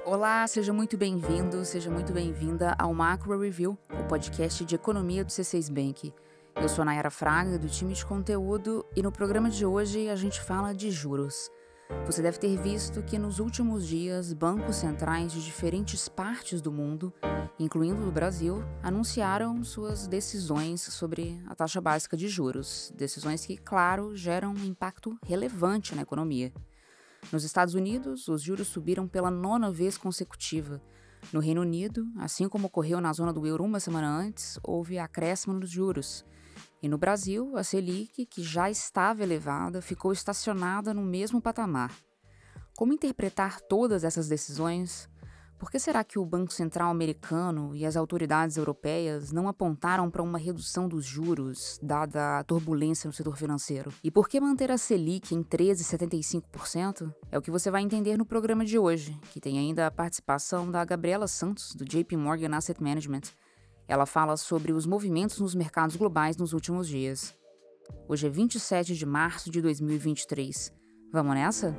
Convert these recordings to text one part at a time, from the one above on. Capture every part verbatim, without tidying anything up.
Olá, seja muito bem-vindo, seja muito bem-vinda ao Macro Review, o podcast de economia do C seis Bank. Eu sou a Nayara Fraga, do time de conteúdo, e no programa de hoje a gente fala de juros. Você deve ter visto que nos últimos dias, bancos centrais de diferentes partes do mundo, incluindo do Brasil, anunciaram suas decisões sobre a taxa básica de juros. Decisões que, claro, geram um impacto relevante na economia. Nos Estados Unidos, os juros subiram pela nona vez consecutiva. No Reino Unido, assim como ocorreu na zona do euro uma semana antes, houve acréscimo nos juros. E no Brasil, a Selic, que já estava elevada, ficou estacionada no mesmo patamar. Como interpretar todas essas decisões? Por que será que o Banco Central americano e as autoridades europeias não apontaram para uma redução dos juros, dada a turbulência no setor financeiro? E por que manter a Selic em treze vírgula setenta e cinco por cento? É o que você vai entender no programa de hoje, que tem ainda a participação da Gabriela Santos, do J P Morgan Asset Management. Ela fala sobre os movimentos nos mercados globais nos últimos dias. Hoje é vinte e sete de março de dois mil e vinte e três. Vamos nessa?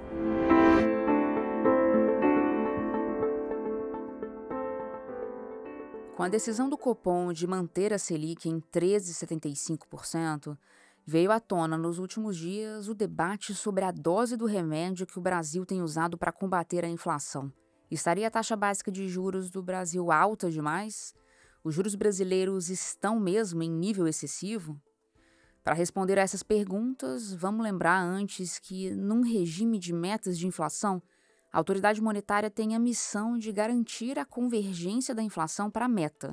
Com a decisão do Copom de manter a Selic em treze vírgula setenta e cinco por cento, veio à tona nos últimos dias o debate sobre a dose do remédio que o Brasil tem usado para combater a inflação. Estaria a taxa básica de juros do Brasil alta demais? Os juros brasileiros estão mesmo em nível excessivo? Para responder a essas perguntas, vamos lembrar antes que, num regime de metas de inflação, a autoridade monetária tem a missão de garantir a convergência da inflação para a meta.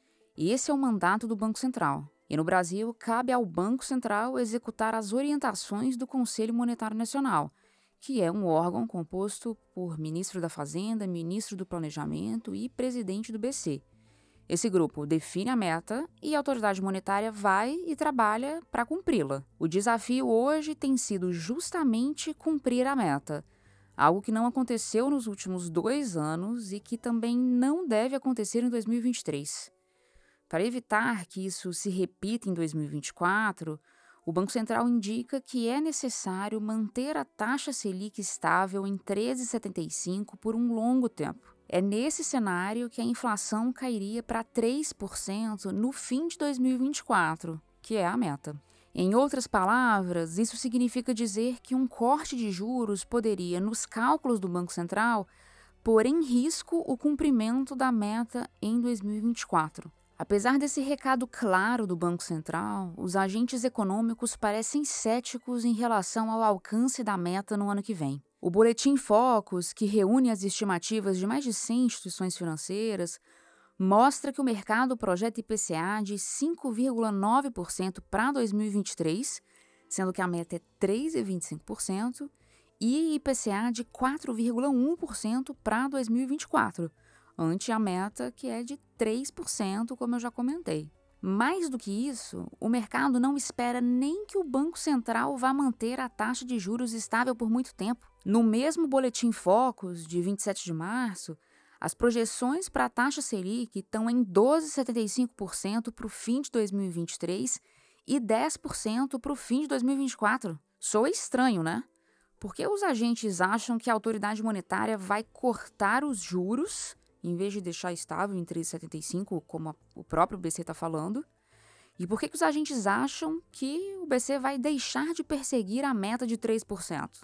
E esse é o mandato do Banco Central. E no Brasil, cabe ao Banco Central executar as orientações do Conselho Monetário Nacional, que é um órgão composto por ministro da Fazenda, ministro do Planejamento e presidente do B C. Esse grupo define a meta e a autoridade monetária vai e trabalha para cumpri-la. O desafio hoje tem sido justamente cumprir a meta, algo que não aconteceu nos últimos dois anos e que também não deve acontecer em dois mil e vinte e três. Para evitar que isso se repita em dois mil e vinte e quatro, o Banco Central indica que é necessário manter a taxa Selic estável em treze vírgula setenta e cinco por um longo tempo. É nesse cenário que a inflação cairia para três por cento no fim de dois mil e vinte e quatro, que é a meta. Em outras palavras, isso significa dizer que um corte de juros poderia, nos cálculos do Banco Central, pôr em risco o cumprimento da meta em dois mil e vinte e quatro. Apesar desse recado claro do Banco Central, os agentes econômicos parecem céticos em relação ao alcance da meta no ano que vem. O Boletim Focus, que reúne as estimativas de mais de cem instituições financeiras, mostra que o mercado projeta I P C A de cinco vírgula nove por cento para dois mil e vinte e três, sendo que a meta é três vírgula vinte e cinco por cento, e I P C A de quatro vírgula um por cento para dois mil e vinte e quatro, ante a meta que é de três por cento, como eu já comentei. Mais do que isso, o mercado não espera nem que o Banco Central vá manter a taxa de juros estável por muito tempo. No mesmo Boletim Focus, de vinte e sete de março, as projeções para a taxa Selic estão em doze vírgula setenta e cinco por cento para o fim de dois mil e vinte e três e dez por cento para o fim de dois mil e vinte e quatro. Soa estranho, né? Porque os agentes acham que a autoridade monetária vai cortar os juros, em vez de deixar estável em treze vírgula setenta e cinco, como a, o próprio B C está falando? E por que, que os agentes acham que o B C vai deixar de perseguir a meta de três por cento?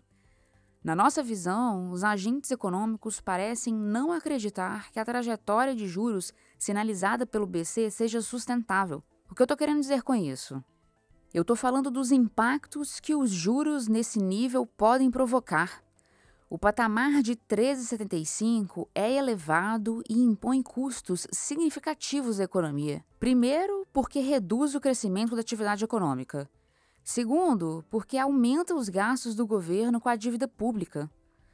Na nossa visão, os agentes econômicos parecem não acreditar que a trajetória de juros sinalizada pelo B C seja sustentável. O que eu estou querendo dizer com isso? Eu estou falando dos impactos que os juros nesse nível podem provocar. O patamar de treze vírgula setenta e cinco é elevado e impõe custos significativos à economia. Primeiro, porque reduz o crescimento da atividade econômica. Segundo, porque aumenta os gastos do governo com a dívida pública.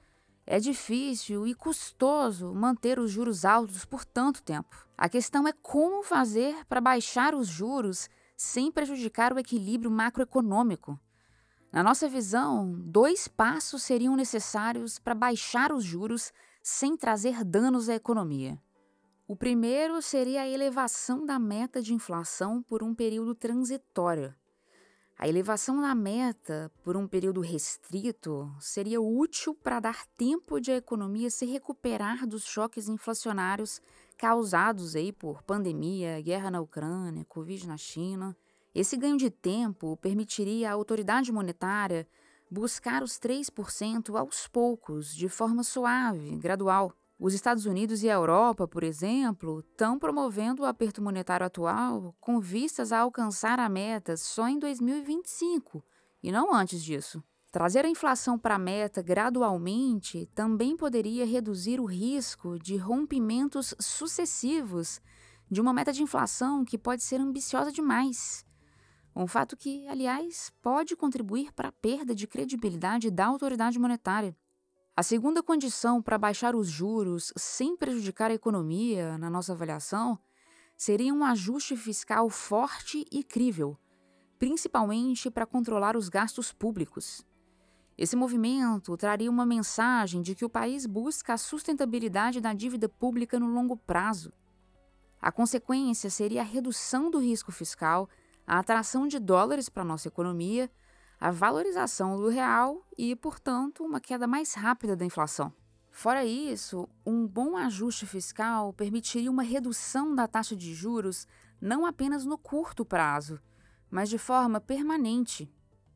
É difícil e custoso manter os juros altos por tanto tempo. A questão é como fazer para baixar os juros sem prejudicar o equilíbrio macroeconômico. Na nossa visão, dois passos seriam necessários para baixar os juros sem trazer danos à economia. O primeiro seria a elevação da meta de inflação por um período transitório. A elevação da meta por um período restrito seria útil para dar tempo de a economia se recuperar dos choques inflacionários causados aí por pandemia, guerra na Ucrânia, Covid na China. Esse ganho de tempo permitiria à autoridade monetária buscar os três por cento aos poucos, de forma suave, gradual. Os Estados Unidos e a Europa, por exemplo, estão promovendo o aperto monetário atual com vistas a alcançar a meta só em dois mil e vinte e cinco, e não antes disso. Trazer a inflação para a meta gradualmente também poderia reduzir o risco de rompimentos sucessivos de uma meta de inflação que pode ser ambiciosa demais. Um fato que, aliás, pode contribuir para a perda de credibilidade da autoridade monetária. A segunda condição para baixar os juros sem prejudicar a economia, na nossa avaliação, seria um ajuste fiscal forte e crível, principalmente para controlar os gastos públicos. Esse movimento traria uma mensagem de que o país busca a sustentabilidade da dívida pública no longo prazo. A consequência seria a redução do risco fiscal, a atração de dólares para a nossa economia, a valorização do real e, portanto, uma queda mais rápida da inflação. Fora isso, um bom ajuste fiscal permitiria uma redução da taxa de juros não apenas no curto prazo, mas de forma permanente.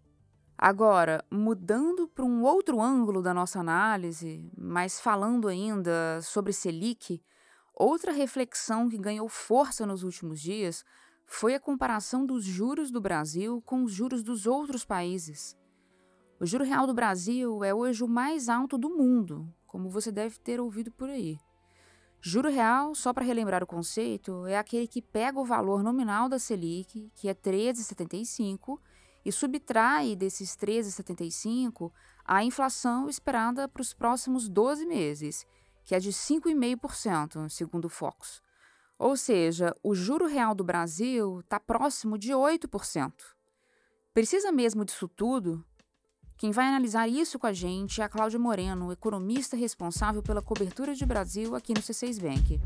Agora, mudando para um outro ângulo da nossa análise, mas falando ainda sobre Selic, outra reflexão que ganhou força nos últimos dias foi a comparação dos juros do Brasil com os juros dos outros países. O juro real do Brasil é hoje o mais alto do mundo, como você deve ter ouvido por aí. Juro real, só para relembrar o conceito, é aquele que pega o valor nominal da Selic, que é treze vírgula setenta e cinco, e subtrai desses treze vírgula setenta e cinco a inflação esperada para os próximos doze meses, que é de cinco vírgula cinco por cento, segundo o Focus. Ou seja, o juro real do Brasil está próximo de oito por cento. Precisa mesmo disso tudo? Quem vai analisar isso com a gente é a Cláudia Moreno, economista responsável pela cobertura de Brasil aqui no C seis Bank.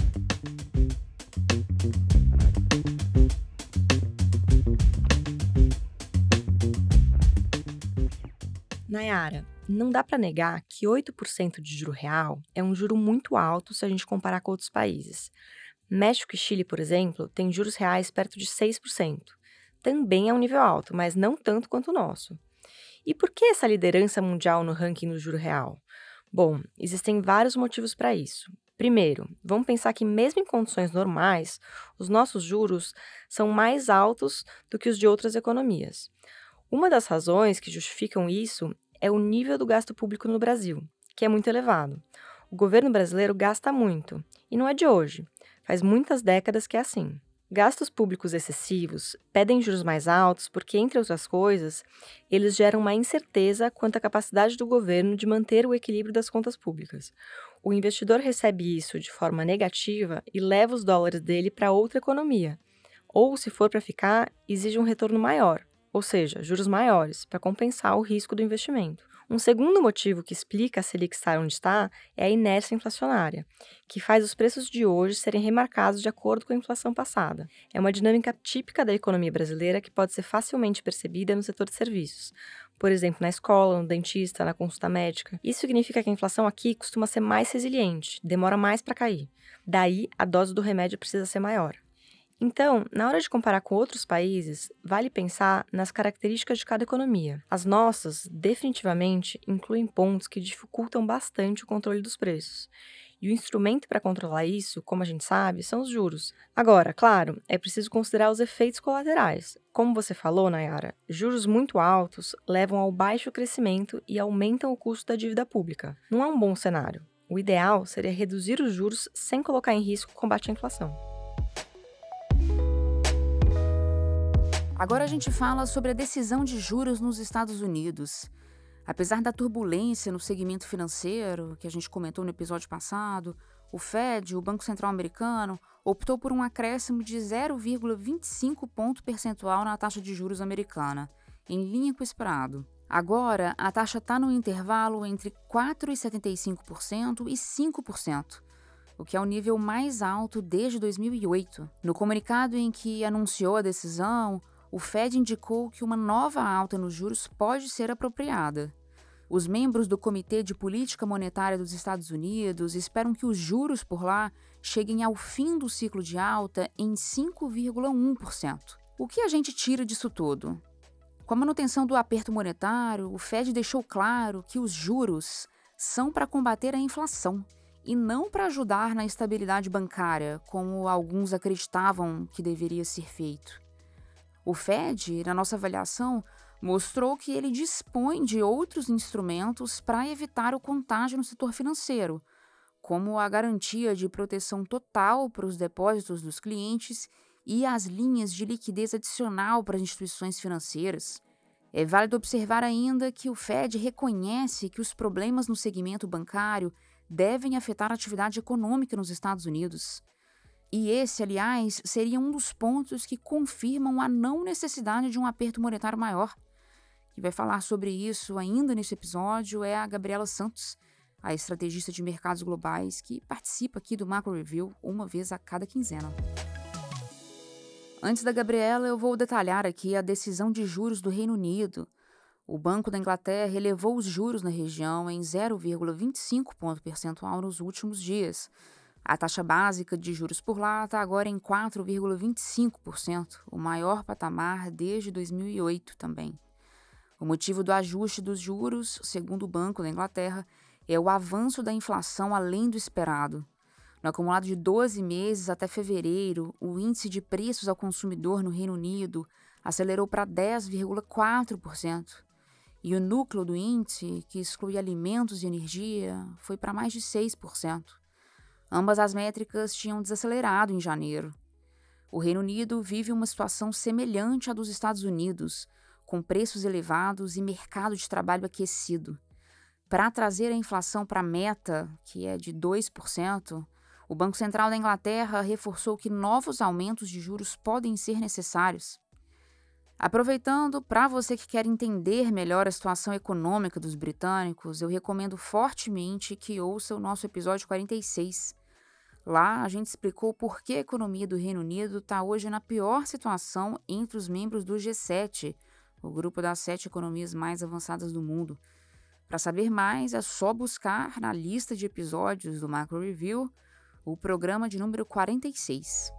Nayara, não dá para negar que oito por cento de juro real é um juro muito alto se a gente comparar com outros países. México e Chile, por exemplo, têm juros reais perto de seis por cento. Também é um nível alto, mas não tanto quanto o nosso. E por que essa liderança mundial no ranking do juro real? Bom, existem vários motivos para isso. Primeiro, vamos pensar que mesmo em condições normais, os nossos juros são mais altos do que os de outras economias. Uma das razões que justificam isso é o nível do gasto público no Brasil, que é muito elevado. O governo brasileiro gasta muito, e não é de hoje. Faz muitas décadas que é assim. Gastos públicos excessivos pedem juros mais altos porque, entre outras coisas, eles geram uma incerteza quanto à capacidade do governo de manter o equilíbrio das contas públicas. O investidor recebe isso de forma negativa e leva os dólares dele para outra economia. Ou, se for para ficar, exige um retorno maior, ou seja, juros maiores, para compensar o risco do investimento. Um segundo motivo que explica a Selic estar onde está é a inércia inflacionária, que faz os preços de hoje serem remarcados de acordo com a inflação passada. É uma dinâmica típica da economia brasileira que pode ser facilmente percebida no setor de serviços, por exemplo, na escola, no dentista, na consulta médica. Isso significa que a inflação aqui costuma ser mais resiliente, demora mais para cair. Daí, a dose do remédio precisa ser maior. Então, na hora de comparar com outros países, vale pensar nas características de cada economia. As nossas, definitivamente, incluem pontos que dificultam bastante o controle dos preços. E o instrumento para controlar isso, como a gente sabe, são os juros. Agora, claro, é preciso considerar os efeitos colaterais. Como você falou, Nayara, juros muito altos levam ao baixo crescimento e aumentam o custo da dívida pública. Não é um bom cenário. O ideal seria reduzir os juros sem colocar em risco o combate à inflação. Agora a gente fala sobre a decisão de juros nos Estados Unidos. Apesar da turbulência no segmento financeiro, que a gente comentou no episódio passado, o Fed, o Banco Central Americano, optou por um acréscimo de zero vírgula vinte e cinco ponto percentual na taxa de juros americana, em linha com o esperado. Agora, a taxa está no intervalo entre quatro vírgula setenta e cinco por cento e cinco por cento. O que é o nível mais alto desde dois mil e oito. No comunicado em que anunciou a decisão, o Fed indicou que uma nova alta nos juros pode ser apropriada. Os membros do Comitê de Política Monetária dos Estados Unidos esperam que os juros por lá cheguem ao fim do ciclo de alta em cinco vírgula um por cento. O que a gente tira disso tudo? Com a manutenção do aperto monetário, o Fed deixou claro que os juros são para combater a inflação e não para ajudar na estabilidade bancária, como alguns acreditavam que deveria ser feito. O Fed, na nossa avaliação, mostrou que ele dispõe de outros instrumentos para evitar o contágio no setor financeiro, como a garantia de proteção total para os depósitos dos clientes e as linhas de liquidez adicional para as instituições financeiras. É válido observar ainda que o Fed reconhece que os problemas no segmento bancário devem afetar a atividade econômica nos Estados Unidos. E esse, aliás, seria um dos pontos que confirmam a não necessidade de um aperto monetário maior. Quem vai falar sobre isso ainda nesse episódio é a Gabriela Santos, a estrategista de mercados globais que participa aqui do Macro Review uma vez a cada quinzena. Antes da Gabriela, eu vou detalhar aqui a decisão de juros do Reino Unido. O Banco da Inglaterra elevou os juros na região em zero vírgula vinte e cinco ponto percentual nos últimos dias. A taxa básica de juros por lá está agora em quatro vírgula vinte e cinco por cento, o maior patamar desde dois mil e oito também. O motivo do ajuste dos juros, segundo o Banco da Inglaterra, é o avanço da inflação além do esperado. No acumulado de doze meses até fevereiro, o índice de preços ao consumidor no Reino Unido acelerou para dez vírgula quatro por cento. E o núcleo do índice, que exclui alimentos e energia, foi para mais de seis por cento. Ambas as métricas tinham desacelerado em janeiro. O Reino Unido vive uma situação semelhante à dos Estados Unidos, com preços elevados e mercado de trabalho aquecido. Para trazer a inflação para a meta, que é de dois por cento, o Banco Central da Inglaterra reforçou que novos aumentos de juros podem ser necessários. Aproveitando, para você que quer entender melhor a situação econômica dos britânicos, eu recomendo fortemente que ouça o nosso episódio quarenta e seis. Lá, a gente explicou por que a economia do Reino Unido está hoje na pior situação entre os membros do G sete, o grupo das sete economias mais avançadas do mundo. Para saber mais, é só buscar na lista de episódios do Macro Review o programa de número quarenta e seis.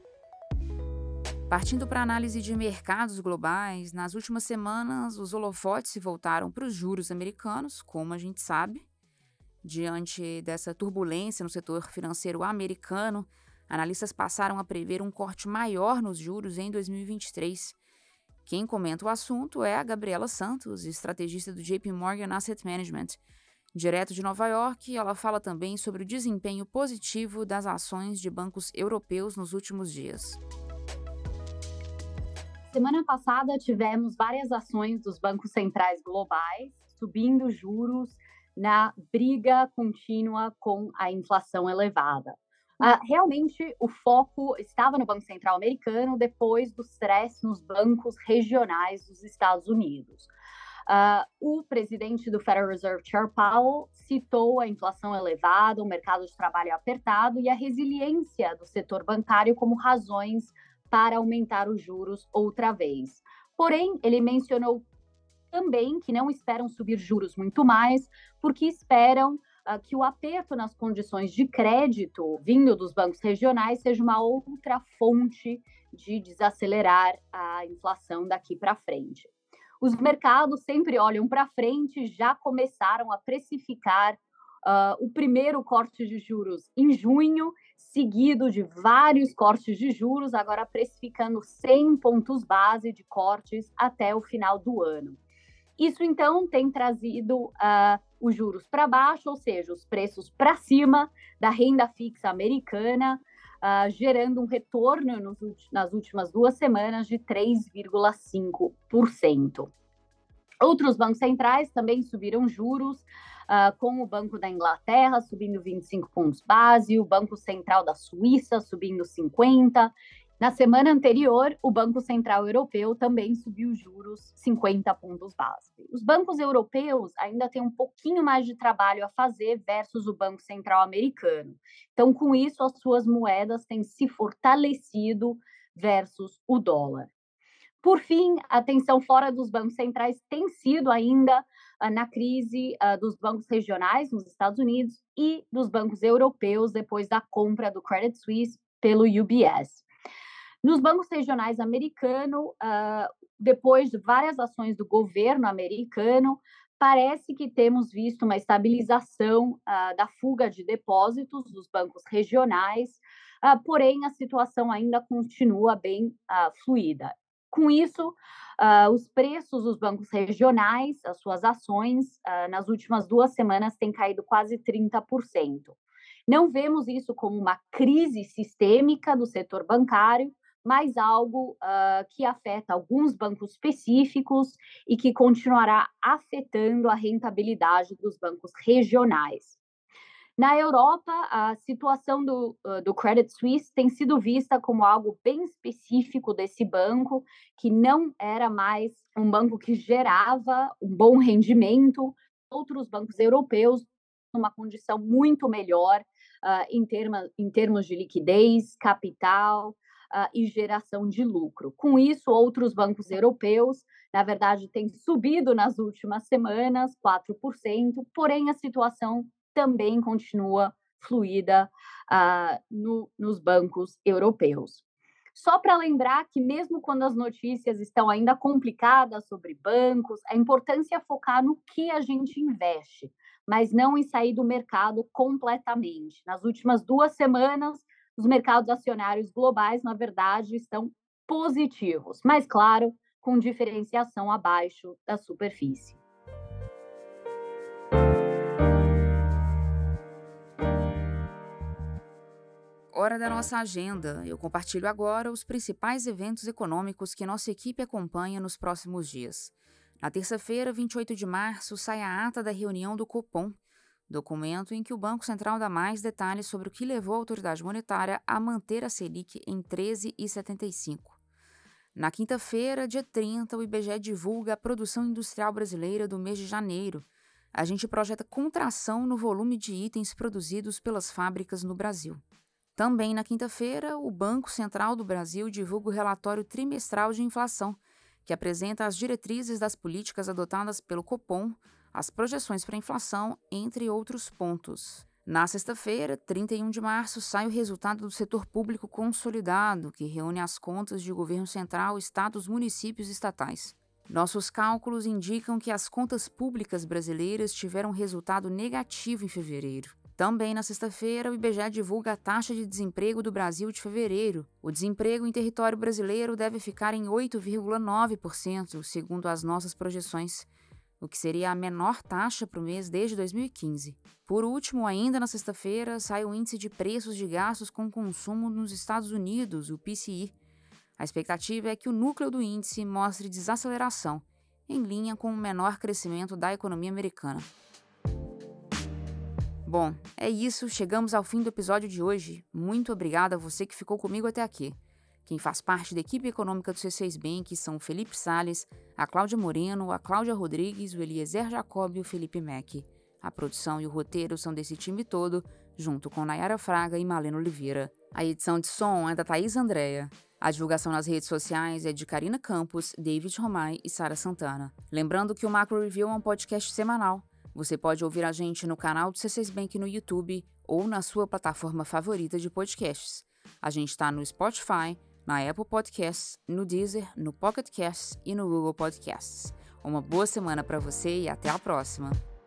Partindo para a análise de mercados globais, nas últimas semanas os holofotes se voltaram para os juros americanos, como a gente sabe. Diante dessa turbulência no setor financeiro americano, analistas passaram a prever um corte maior nos juros em dois mil e vinte e três. Quem comenta o assunto é a Gabriela Santos, estrategista do J P Morgan Asset Management. Direto de Nova York, ela fala também sobre o desempenho positivo das ações de bancos europeus nos últimos dias. Semana passada tivemos várias ações dos bancos centrais globais subindo juros na briga contínua com a inflação elevada. Uh, realmente, o foco estava no Banco Central americano depois do estresse nos bancos regionais dos Estados Unidos. Uh, o presidente do Federal Reserve, Chair Powell, citou a inflação elevada, o mercado de trabalho apertado e a resiliência do setor bancário como razões para aumentar os juros outra vez. Porém, ele mencionou também que não esperam subir juros muito mais, porque esperam uh, que o aperto nas condições de crédito vindo dos bancos regionais seja uma outra fonte de desacelerar a inflação daqui para frente. Os mercados sempre olham para frente, já começaram a precificar uh, o primeiro corte de juros em junho, seguido de vários cortes de juros, agora precificando cem pontos base de cortes até o final do ano. Isso, então, tem trazido uh, os juros para baixo, ou seja, os preços para cima da renda fixa americana, uh, gerando um retorno nos, nas últimas duas semanas de três vírgula cinco por cento. Outros bancos centrais também subiram juros, uh, com o Banco da Inglaterra subindo vinte e cinco pontos base, o Banco Central da Suíça subindo cinquenta. Na semana anterior, o Banco Central Europeu também subiu juros cinquenta pontos base. Os bancos europeus ainda têm um pouquinho mais de trabalho a fazer versus o Banco Central americano. Então, com isso, as suas moedas têm se fortalecido versus o dólar. Por fim, a tensão fora dos bancos centrais tem sido ainda uh, na crise uh, dos bancos regionais nos Estados Unidos e dos bancos europeus depois da compra do Credit Suisse pelo U B S. Nos bancos regionais americanos, uh, depois de várias ações do governo americano, parece que temos visto uma estabilização uh, da fuga de depósitos dos bancos regionais, uh, porém a situação ainda continua bem uh, fluida. Com isso, uh, os preços dos bancos regionais, as suas ações, uh, nas últimas duas semanas têm caído quase trinta por cento. Não vemos isso como uma crise sistêmica do setor bancário, mas algo uh, que afeta alguns bancos específicos e que continuará afetando a rentabilidade dos bancos regionais. Na Europa, a situação do, uh, do Credit Suisse tem sido vista como algo bem específico desse banco, que não era mais um banco que gerava um bom rendimento. Outros bancos europeus numa condição muito melhor uh, em, terma, em termos de liquidez, capital uh, e geração de lucro. Com isso, outros bancos europeus, na verdade, têm subido nas últimas semanas, quatro por cento, porém a situação também continua fluida uh, no, nos bancos europeus. Só para lembrar que mesmo quando as notícias estão ainda complicadas sobre bancos, a importância é focar no que a gente investe, mas não em sair do mercado completamente. Nas últimas duas semanas, os mercados acionários globais, na verdade, estão positivos, mas, claro, com diferenciação abaixo da superfície. Hora da nossa agenda. Eu compartilho agora os principais eventos econômicos que nossa equipe acompanha nos próximos dias. Na terça-feira, vinte e oito de março, sai a ata da reunião do Copom, documento em que o Banco Central dá mais detalhes sobre o que levou a autoridade monetária a manter a Selic em treze vírgula setenta e cinco. Na quinta-feira, dia trinta, o I B G E divulga a produção industrial brasileira do mês de janeiro. A gente projeta contração no volume de itens produzidos pelas fábricas no Brasil. Também na quinta-feira, o Banco Central do Brasil divulga o relatório trimestral de inflação, que apresenta as diretrizes das políticas adotadas pelo Copom, as projeções para a inflação, entre outros pontos. Na sexta-feira, trinta e um de março, sai o resultado do setor público consolidado, que reúne as contas de governo central, estados, municípios e estatais. Nossos cálculos indicam que as contas públicas brasileiras tiveram resultado negativo em fevereiro. Também na sexta-feira, o I B G E divulga a taxa de desemprego do Brasil de fevereiro. O desemprego em território brasileiro deve ficar em oito vírgula nove por cento, segundo as nossas projeções, o que seria a menor taxa para o mês desde dois mil e quinze. Por último, ainda na sexta-feira, sai o índice de preços de gastos com consumo nos Estados Unidos, o P C I. A expectativa é que o núcleo do índice mostre desaceleração, em linha com o menor crescimento da economia americana. Bom, é isso, chegamos ao fim do episódio de hoje. Muito obrigada a você que ficou comigo até aqui. Quem faz parte da equipe econômica do C seis Bank são o Felipe Salles, a Cláudia Moreno, a Cláudia Rodrigues, o Eliezer Jacob e o Felipe Mack. A produção e o roteiro são desse time todo, junto com Nayara Fraga e Malena Oliveira. A edição de som é da Thaís Andréa. A divulgação nas redes sociais é de Karina Campos, David Romay e Sara Santana. Lembrando que o Macro Review é um podcast semanal. Você pode ouvir a gente no canal do C seis Bank no YouTube ou na sua plataforma favorita de podcasts. A gente está no Spotify, na Apple Podcasts, no Deezer, no Pocket Casts e no Google Podcasts. Uma boa semana para você e até a próxima!